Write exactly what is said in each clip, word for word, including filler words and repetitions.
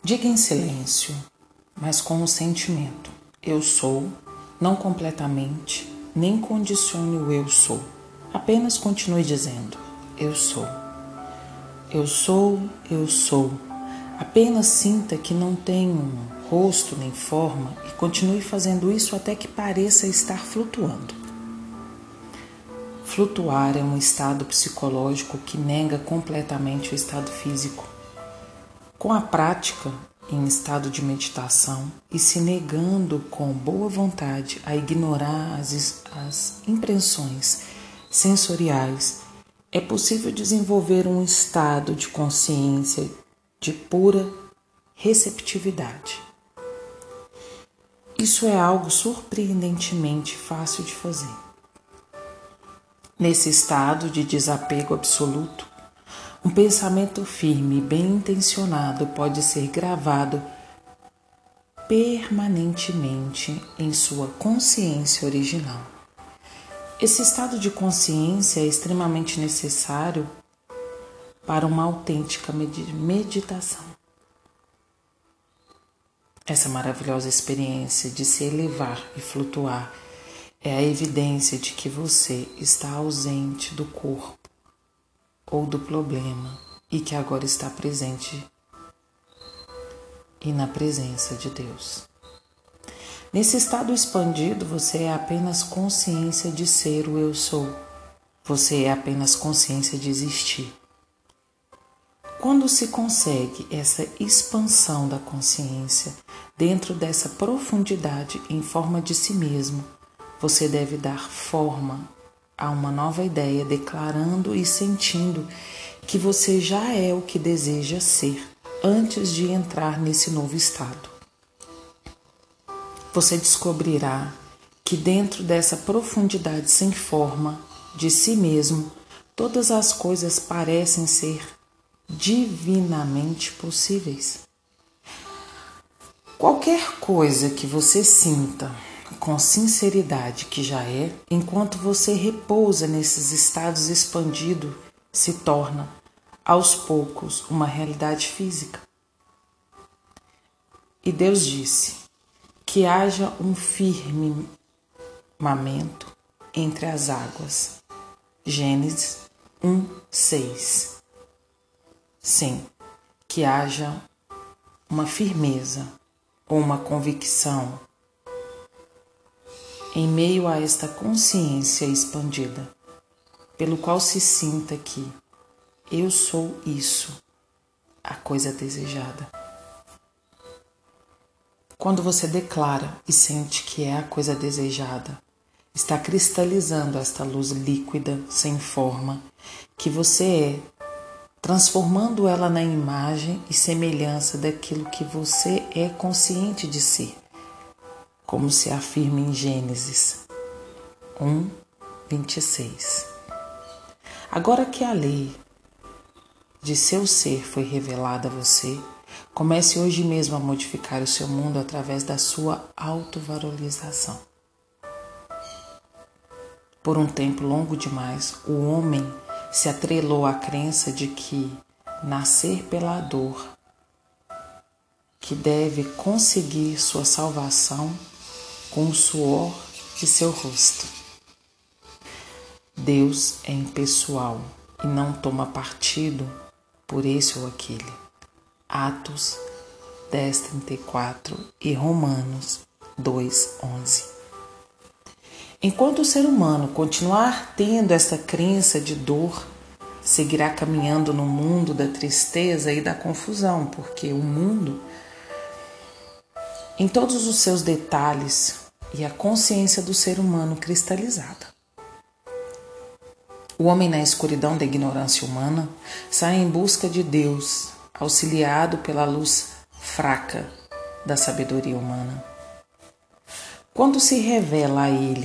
Diga em silêncio, mas com o sentimento. Eu sou, não completamente, nem condicione o eu sou. Apenas continue dizendo, eu sou. Eu sou, eu sou. Apenas sinta que não tem um rosto nem forma e continue fazendo isso até que pareça estar flutuando. Flutuar é um estado psicológico que nega completamente o estado físico. Com a prática, em estado de meditação e se negando com boa vontade a ignorar as, as impressões sensoriais, é possível desenvolver um estado de consciência de pura receptividade. Isso é algo surpreendentemente fácil de fazer. Nesse estado de desapego absoluto, um pensamento firme e bem intencionado pode ser gravado permanentemente em sua consciência original. Esse estado de consciência é extremamente necessário para uma autêntica meditação. Essa maravilhosa experiência de se elevar e flutuar é a evidência de que você está ausente do corpo ou do problema e que agora está presente e na presença de Deus. Nesse estado expandido, você é apenas consciência de ser o eu sou. Você é apenas consciência de existir. Quando se consegue essa expansão da consciência dentro dessa profundidade em forma de si mesmo, você deve dar forma a uma nova ideia, declarando e sentindo que você já é o que deseja ser antes de entrar nesse novo estado. Você descobrirá que dentro dessa profundidade sem forma de si mesmo, todas as coisas parecem ser divinamente possíveis. Qualquer coisa que você sinta com sinceridade que já é, enquanto você repousa nesses estados expandidos, se torna, aos poucos, uma realidade física. E Deus disse que haja um firmamento entre as águas. Gênesis um, seis. Sim, que haja uma firmeza ou uma convicção em meio a esta consciência expandida, pelo qual se sinta que eu sou isso, a coisa desejada. Quando você declara e sente que é a coisa desejada, está cristalizando esta luz líquida, sem forma, que você é, transformando ela na imagem e semelhança daquilo que você é consciente de ser, como se afirma em Gênesis um, vinte e seis. Agora que a lei de seu ser foi revelada a você, comece hoje mesmo a modificar o seu mundo através da sua autovalorização. Por um tempo longo demais, o homem se atrelou à crença de que nascer pela dor, que deve conseguir sua salvação com o suor de seu rosto. Deus é impessoal e não toma partido por esse ou aquele. Atos dez, trinta e quatro e Romanos dois, onze. Enquanto o ser humano continuar tendo essa crença de dor, seguirá caminhando no mundo da tristeza e da confusão, porque o mundo, em todos os seus detalhes, e a consciência do ser humano cristalizada. O homem na escuridão da ignorância humana sai em busca de Deus, auxiliado pela luz fraca da sabedoria humana. Quando se revela a ele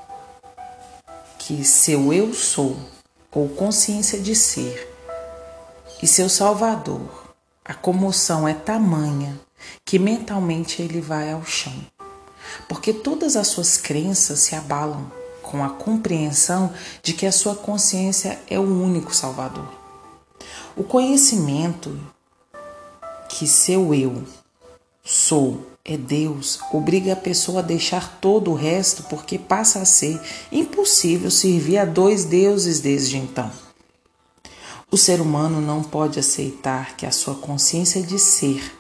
que seu eu sou, ou consciência de ser, e seu salvador, a comoção é tamanha que mentalmente ele vai ao chão, porque todas as suas crenças se abalam com a compreensão de que a sua consciência é o único salvador. O conhecimento que seu eu, sou, é Deus, obriga a pessoa a deixar todo o resto porque passa a ser impossível servir a dois deuses desde então. O ser humano não pode aceitar que a sua consciência de ser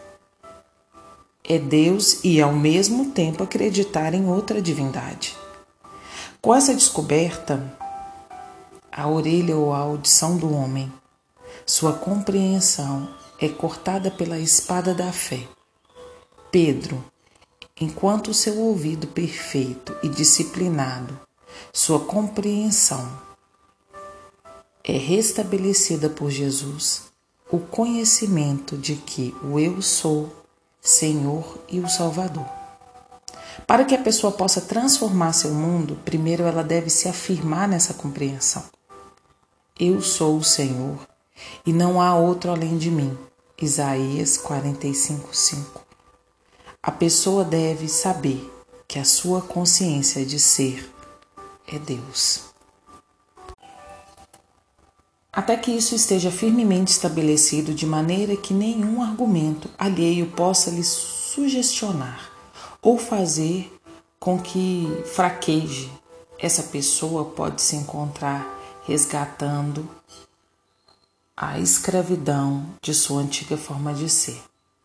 é Deus e, ao mesmo tempo, acreditar em outra divindade. Com essa descoberta, a orelha ou a audição do homem, sua compreensão é cortada pela espada da fé. Pedro, enquanto seu ouvido perfeito e disciplinado, sua compreensão é restabelecida por Jesus, o conhecimento de que o eu sou Senhor e o Salvador. Para que a pessoa possa transformar seu mundo, primeiro ela deve se afirmar nessa compreensão. Eu sou o Senhor e não há outro além de mim. Isaías quarenta e cinco, cinco. A pessoa deve saber que a sua consciência de ser é Deus. Até que isso esteja firmemente estabelecido de maneira que nenhum argumento alheio possa lhe sugestionar ou fazer com que fraqueje, essa pessoa pode se encontrar resgatando a escravidão de sua antiga forma de ser.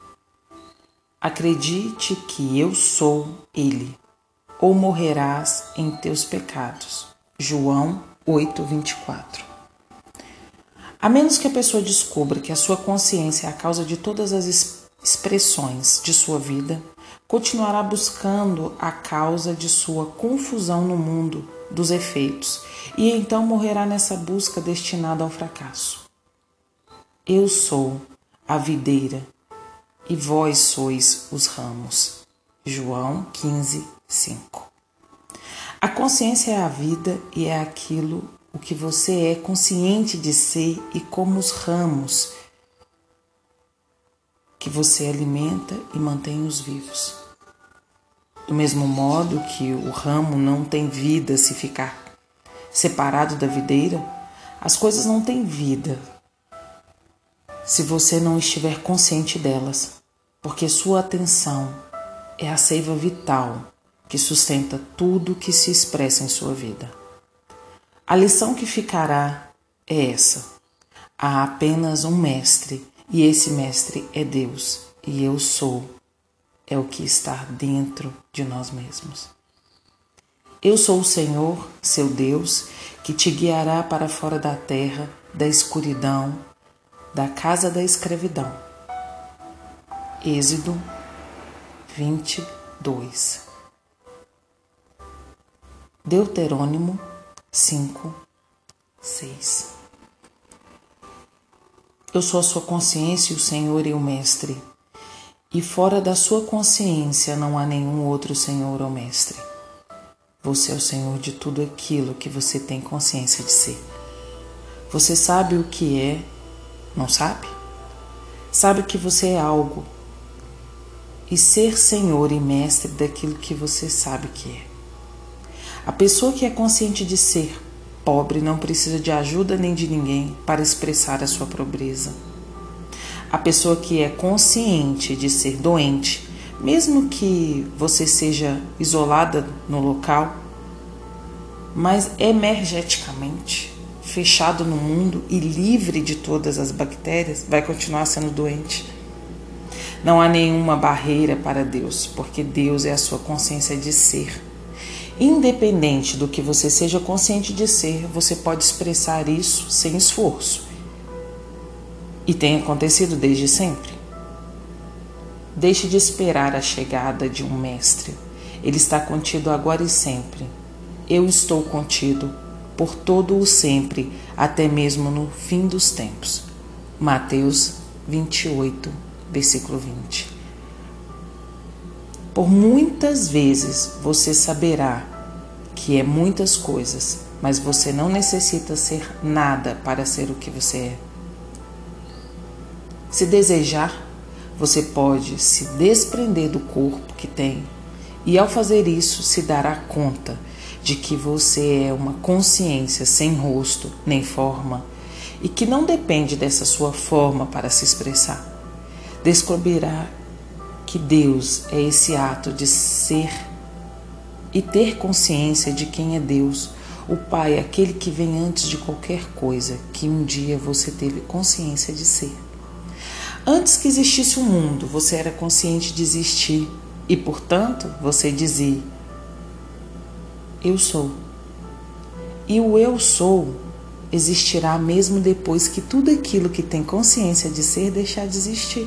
Acredite que eu sou Ele, ou morrerás em teus pecados. João oito, vinte e quatro. A menos que a pessoa descubra que a sua consciência é a causa de todas as expressões de sua vida, continuará buscando a causa de sua confusão no mundo dos efeitos e então morrerá nessa busca destinada ao fracasso. Eu sou a videira e vós sois os ramos. João quinze, cinco. A consciência é a vida e é aquilo o que você é consciente de ser e como os ramos que você alimenta e mantém-os vivos. Do mesmo modo que o ramo não tem vida se ficar separado da videira, as coisas não têm vida se você não estiver consciente delas, porque sua atenção é a seiva vital que sustenta tudo que se expressa em sua vida. A lição que ficará é essa: há apenas um mestre, e esse mestre é Deus, e eu sou é o que está dentro de nós mesmos. Eu sou o Senhor, seu Deus, que te guiará para fora da terra, da escuridão, da casa da escravidão. Êxodo vinte e dois. Deuterônimo cinco, seis. Eu sou a sua consciência, o Senhor e o Mestre, e fora da sua consciência não há nenhum outro Senhor ou Mestre. Você é o Senhor de tudo aquilo que você tem consciência de ser. Você sabe o que é, não sabe? Sabe que você é algo, e ser Senhor e Mestre daquilo que você sabe que é. A pessoa que é consciente de ser pobre não precisa de ajuda nem de ninguém para expressar a sua pobreza. A pessoa que é consciente de ser doente, mesmo que você seja isolada no local, mas emergeticamente fechado no mundo e livre de todas as bactérias, vai continuar sendo doente. Não há nenhuma barreira para Deus, porque Deus é a sua consciência de ser. Independente do que você seja consciente de ser, você pode expressar isso sem esforço. E tem acontecido desde sempre. Deixe de esperar a chegada de um mestre. Ele está contido agora e sempre. Eu estou contido por todo o sempre, até mesmo no fim dos tempos. Mateus vinte e oito, versículo vinte. Por muitas vezes você saberá que é muitas coisas, mas você não necessita ser nada para ser o que você é. Se desejar, você pode se desprender do corpo que tem e, ao fazer isso, se dará conta de que você é uma consciência sem rosto nem forma e que não depende dessa sua forma para se expressar. descobrirá que Deus é esse ato de ser e ter consciência de quem é Deus. O Pai é aquele que vem antes de qualquer coisa, que um dia você teve consciência de ser. Antes que existisse o mundo, você era consciente de existir e, portanto, você dizia: eu sou. E o eu sou existirá mesmo depois que tudo aquilo que tem consciência de ser deixar de existir.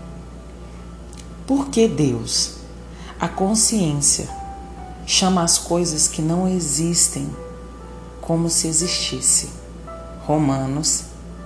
Por que Deus? A consciência chama as coisas que não existem como se existisse. Romanos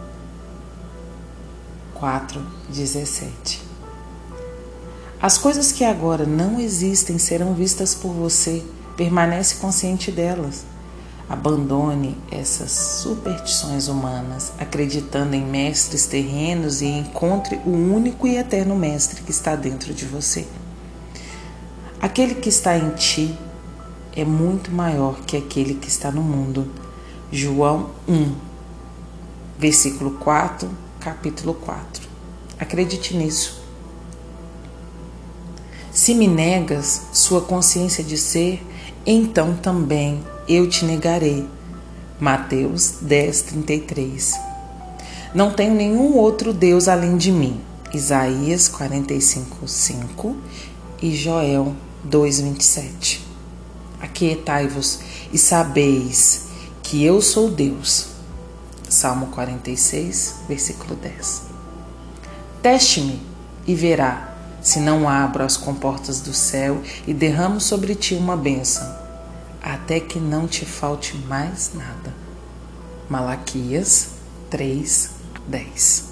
quatro, dezessete. As coisas que agora não existem serão vistas por você. Permanece consciente delas. Abandone essas superstições humanas, acreditando em mestres terrenos, e encontre o único e eterno mestre que está dentro de você. Aquele que está em ti é muito maior que aquele que está no mundo. João um, versículo quatro, capítulo quatro. Acredite nisso. Se me negas sua consciência de ser, então também eu te negarei. Mateus dez, trinta e três. Não tenho nenhum outro Deus além de mim. Isaías quarenta e cinco, cinco e Joel dois, vinte e sete. Aquietai-vos e sabeis que eu sou Deus. Salmo quarenta e seis, versículo dez. Teste-me e verá, se não abro as comportas do céu e derramo sobre ti uma bênção, até que não te falte mais nada. Malaquias três, dez.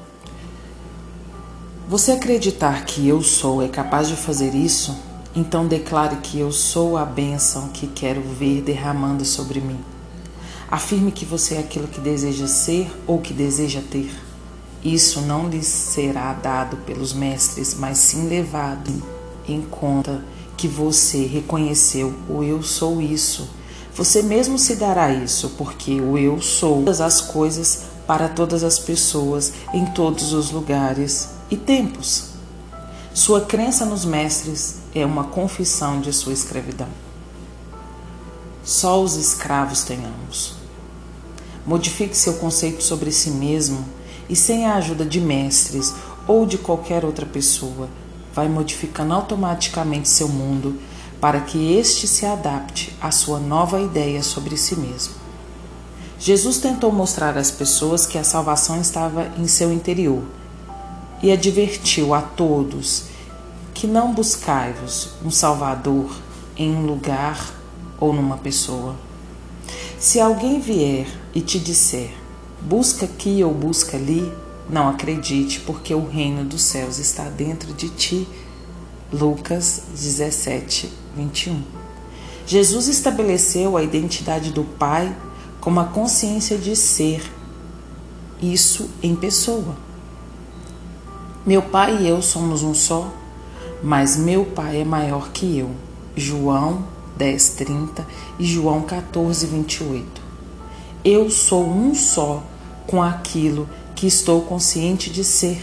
Você acreditar que eu sou é capaz de fazer isso? Então declare que eu sou a bênção que quero ver derramando sobre mim. Afirme que você é aquilo que deseja ser ou que deseja ter. Isso não lhe será dado pelos mestres, mas sim levado em conta que você reconheceu o eu sou isso. Você mesmo se dará isso, porque o eu sou todas as coisas para todas as pessoas, em todos os lugares e tempos. Sua crença nos mestres é uma confissão de sua escravidão. Só os escravos têm amos. Modifique seu conceito sobre si mesmo e, sem a ajuda de mestres ou de qualquer outra pessoa, vai modificando automaticamente seu mundo para que este se adapte à sua nova ideia sobre si mesmo. Jesus tentou mostrar às pessoas que a salvação estava em seu interior e advertiu a todos que não buscai-vos um Salvador em um lugar ou numa pessoa. Se alguém vier e te disser, busca aqui ou busca ali, não acredite, porque o reino dos céus está dentro de ti. Lucas dezessete, vinte e um. Jesus estabeleceu a identidade do Pai como a consciência de ser, isso em pessoa. Meu Pai e eu somos um só, mas meu Pai é maior que eu. João dez, trinta e João quatorze, vinte e oito. Eu sou um só com aquilo que estou consciente de ser.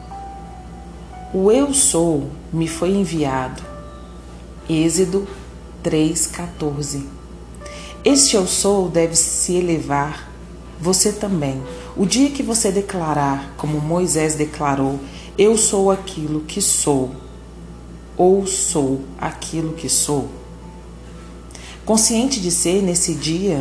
O eu sou me foi enviado. Êxodo três, quatorze. Este eu sou deve se elevar, você também. O dia que você declarar, como Moisés declarou, eu sou aquilo que sou, ou sou aquilo que sou. Consciente de ser, nesse dia,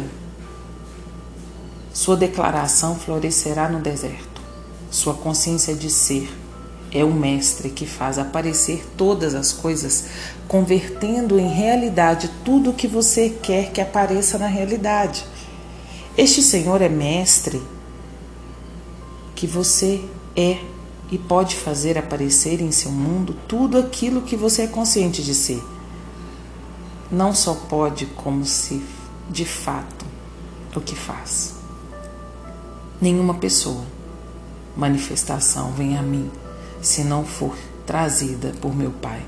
sua declaração florescerá no deserto. Sua consciência de ser é o mestre que faz aparecer todas as coisas, convertendo em realidade tudo o que você quer que apareça na realidade. Este Senhor é mestre que você é e pode fazer aparecer em seu mundo tudo aquilo que você é consciente de ser. Não só pode, como se de fato o que faz. Nenhuma pessoa, manifestação vem a mim se não for trazida por meu Pai.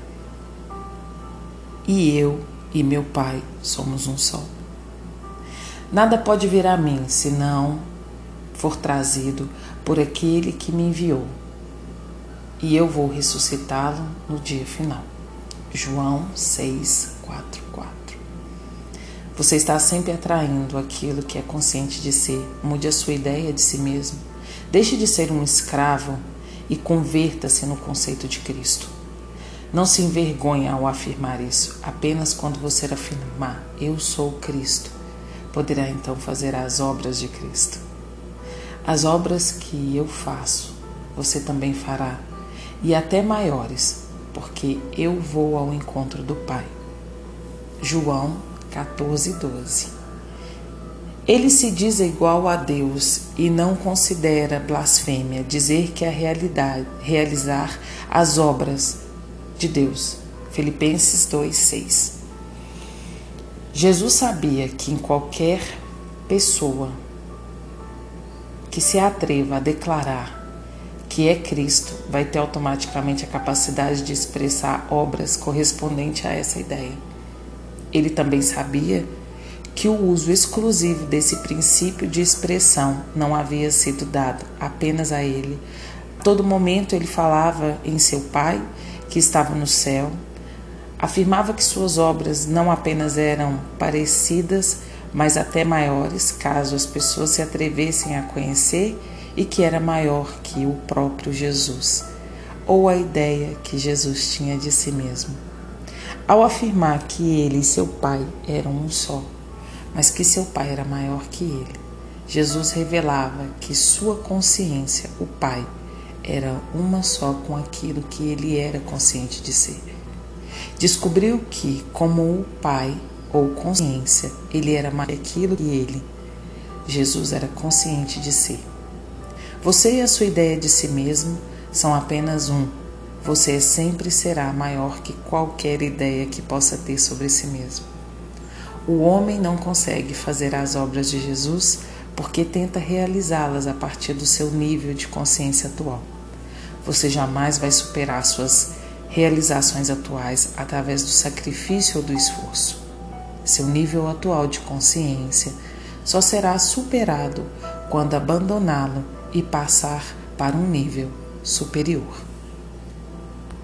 E eu e meu Pai somos um só. Nada pode vir a mim se não for trazido por aquele que me enviou. e eu vou ressuscitá-lo no dia final. João seis, quatro, quatro. Você está sempre atraindo aquilo que é consciente de ser. Mude a sua ideia de si mesmo. Deixe de ser um escravo e converta-se no conceito de Cristo. Não se envergonhe ao afirmar isso. Apenas quando você afirmar, eu sou Cristo, poderá então fazer as obras de Cristo. As obras que eu faço, você também fará, e até maiores, porque eu vou ao encontro do Pai. João quatorze, doze. Ele se diz igual a Deus e não considera blasfêmia dizer que é a realidade, realizar as obras de Deus. Filipenses dois, seis. Jesus sabia que em qualquer pessoa que se atreva a declarar que é Cristo vai ter automaticamente a capacidade de expressar obras correspondentes a essa ideia. Ele também sabia que o uso exclusivo desse princípio de expressão não havia sido dado apenas a ele. A todo momento ele falava em seu Pai, que estava no céu, afirmava que suas obras não apenas eram parecidas, mas até maiores, caso as pessoas se atrevessem a conhecer, e que era maior que o próprio Jesus, ou a ideia que Jesus tinha de si mesmo. Ao afirmar que ele e seu Pai eram um só, mas que seu Pai era maior que ele, Jesus revelava que sua consciência, o Pai, era uma só com aquilo que ele era consciente de ser. Descobriu que, como o Pai ou consciência, ele era mais aquilo que ele. Jesus era consciente de si. Você e a sua ideia de si mesmo são apenas um. Você sempre será maior que qualquer ideia que possa ter sobre si mesmo. O homem não consegue fazer as obras de Jesus porque tenta realizá-las a partir do seu nível de consciência atual. Você jamais vai superar suas realizações atuais através do sacrifício ou do esforço. Seu nível atual de consciência só será superado quando abandoná-lo e passar para um nível superior.